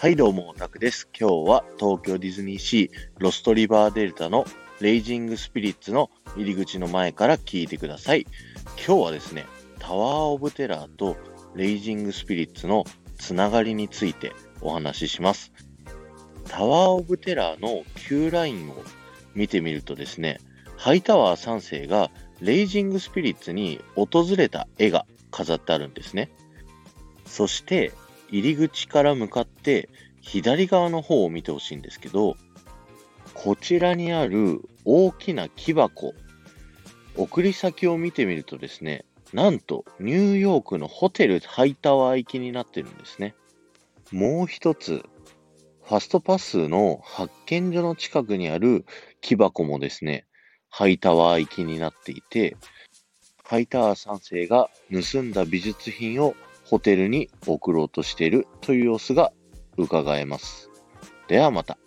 はいどうも、タクです。今日は東京ディズニーシーロストリバーデルタのレイジングスピリッツの入り口の前から聞いてください。今日はですね、タワーオブテラーとレイジングスピリッツのつながりについてお話しします。タワーオブテラーの Q ラインを見てみるとですね、ハイタワー3世がレイジングスピリッツに訪れた絵が飾ってあるんですね。そして入り口から向かって左側の方を見てほしいんですけど、こちらにある大きな木箱、送り先を見てみるとですね、なんとニューヨークのホテルハイタワー行きになってるんですね。もう一つ、ファストパスの発見所の近くにある木箱もですね、ハイタワー行きになっていて、ハイタワー3世が盗んだ美術品をホテルに送ろうとしているという様子が伺えます。ではまた。